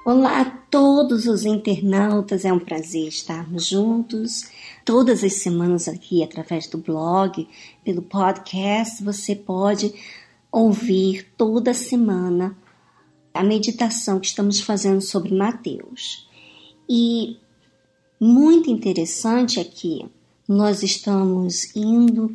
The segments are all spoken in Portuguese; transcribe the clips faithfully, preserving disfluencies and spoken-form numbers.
Olá a todos os internautas, é um prazer estarmos juntos. Todas as semanas aqui, através do blog, pelo podcast, você pode ouvir toda semana a meditação que estamos fazendo sobre Mateus. E muito interessante é que nós estamos indo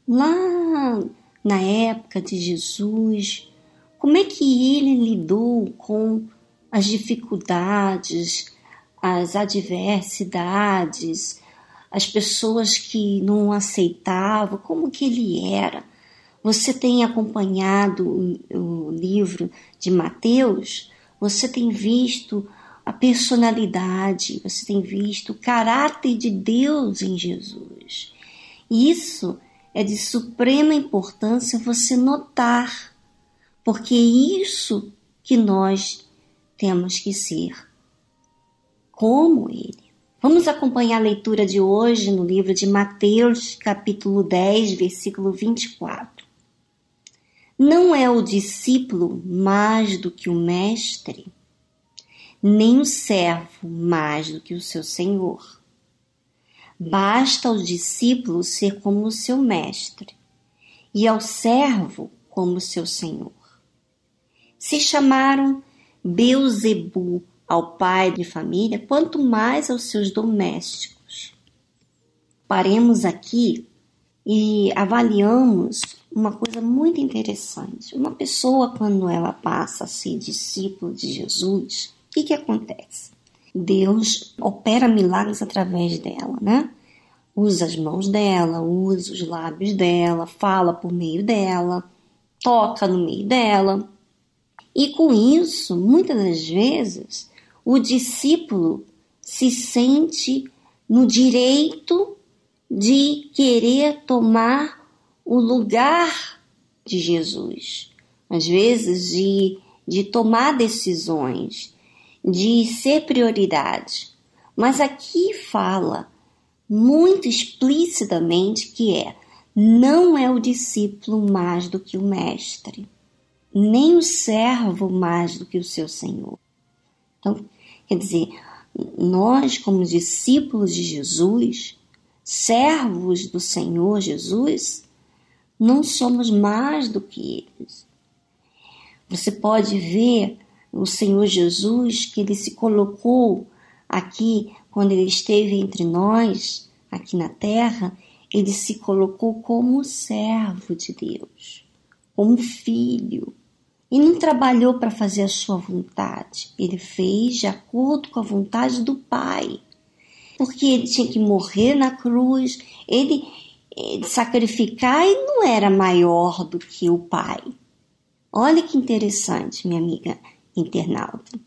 lá na época de Jesus, como é que ele lidou com as dificuldades, as adversidades, as pessoas que não aceitavam, como que ele era. Você tem acompanhado o, o livro de Mateus, você tem visto a personalidade, você tem visto o caráter de Deus em Jesus. Isso é de suprema importância você notar, porque é isso que nós temos que ser como ele. Vamos acompanhar a leitura de hoje no livro de Mateus, capítulo dez, versículo vinte e quatro. Não é o discípulo mais do que o mestre, nem o servo mais do que o seu senhor. Basta ao discípulo ser como o seu mestre, e ao servo como o seu senhor. Se chamaram Beelzebu ao pai de família, quanto mais aos seus domésticos. Paremos aqui e avaliamos uma coisa muito interessante. Uma pessoa, quando ela passa a ser discípulo de Jesus, o que que acontece? Deus opera milagres através dela, né? Usa as mãos dela, usa os lábios dela, fala por meio dela, toca no meio dela. E com isso, muitas das vezes, o discípulo se sente no direito de querer tomar o lugar de Jesus. Às vezes, de, de tomar decisões, de ser prioridade. Mas aqui fala muito explicitamente que é, não é o discípulo mais do que o mestre, nem o servo mais do que o seu senhor. Então, quer dizer, nós como discípulos de Jesus, servos do Senhor Jesus, não somos mais do que eles. Você pode ver o Senhor Jesus, que ele se colocou aqui, quando ele esteve entre nós, aqui na terra, ele se colocou como servo de Deus, como filho. E não trabalhou para fazer a sua vontade. Ele fez de acordo com a vontade do Pai. Porque ele tinha que morrer na cruz, ele, ele sacrificar e não era maior do que o Pai. Olha que interessante, minha amiga internauta.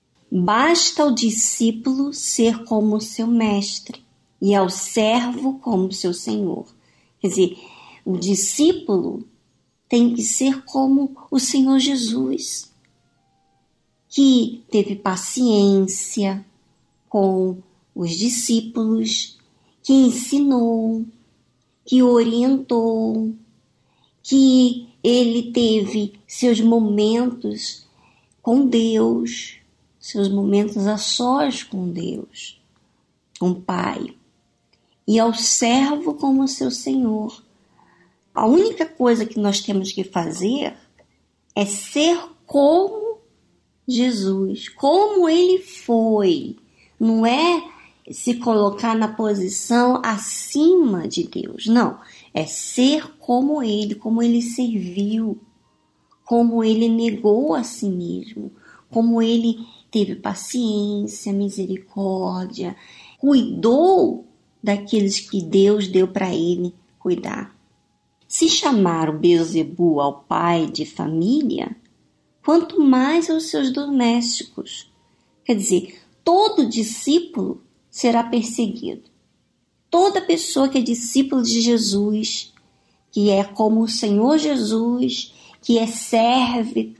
Basta ao discípulo ser como o seu mestre e ao servo como o seu senhor. Quer dizer, o discípulo tem que ser como o Senhor Jesus, que teve paciência com os discípulos, que ensinou, que orientou, que ele teve seus momentos com Deus, seus momentos a sós com Deus, com o Pai, e ao servo como seu Senhor. A única coisa que nós temos que fazer é ser como Jesus, como ele foi. Não é se colocar na posição acima de Deus, não. É ser como ele, como ele serviu, como ele negou a si mesmo, como ele teve paciência, misericórdia, cuidou daqueles que Deus deu para ele cuidar. Se chamaram Beelzebu ao pai de família, quanto mais aos seus domésticos. Quer dizer, todo discípulo será perseguido. Toda pessoa que é discípulo de Jesus, que é como o Senhor Jesus, que é serve,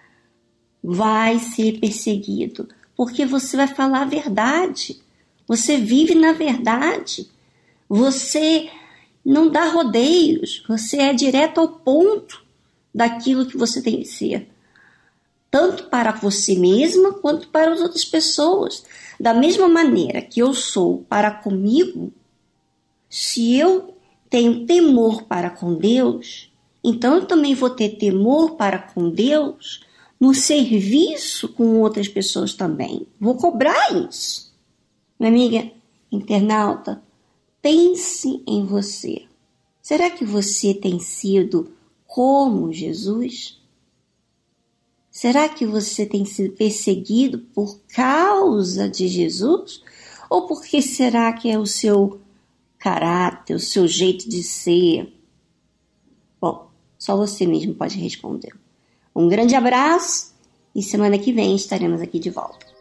vai ser perseguido. Porque você vai falar a verdade. Você vive na verdade. Você não dá rodeios, você é direto ao ponto daquilo que você tem que ser. tanto para você mesma quanto para as outras pessoas. Da mesma maneira que eu sou para comigo, se eu tenho temor para com Deus, então eu também vou ter temor para com Deus no serviço com outras pessoas também. Vou cobrar isso. Minha amiga internauta, pense em você. Será que você tem sido como Jesus? Será que você tem sido perseguido por causa de Jesus? Ou porque será que é o seu caráter, o seu jeito de ser? Bom, só você mesmo pode responder. Um grande abraço e semana que vem estaremos aqui de volta.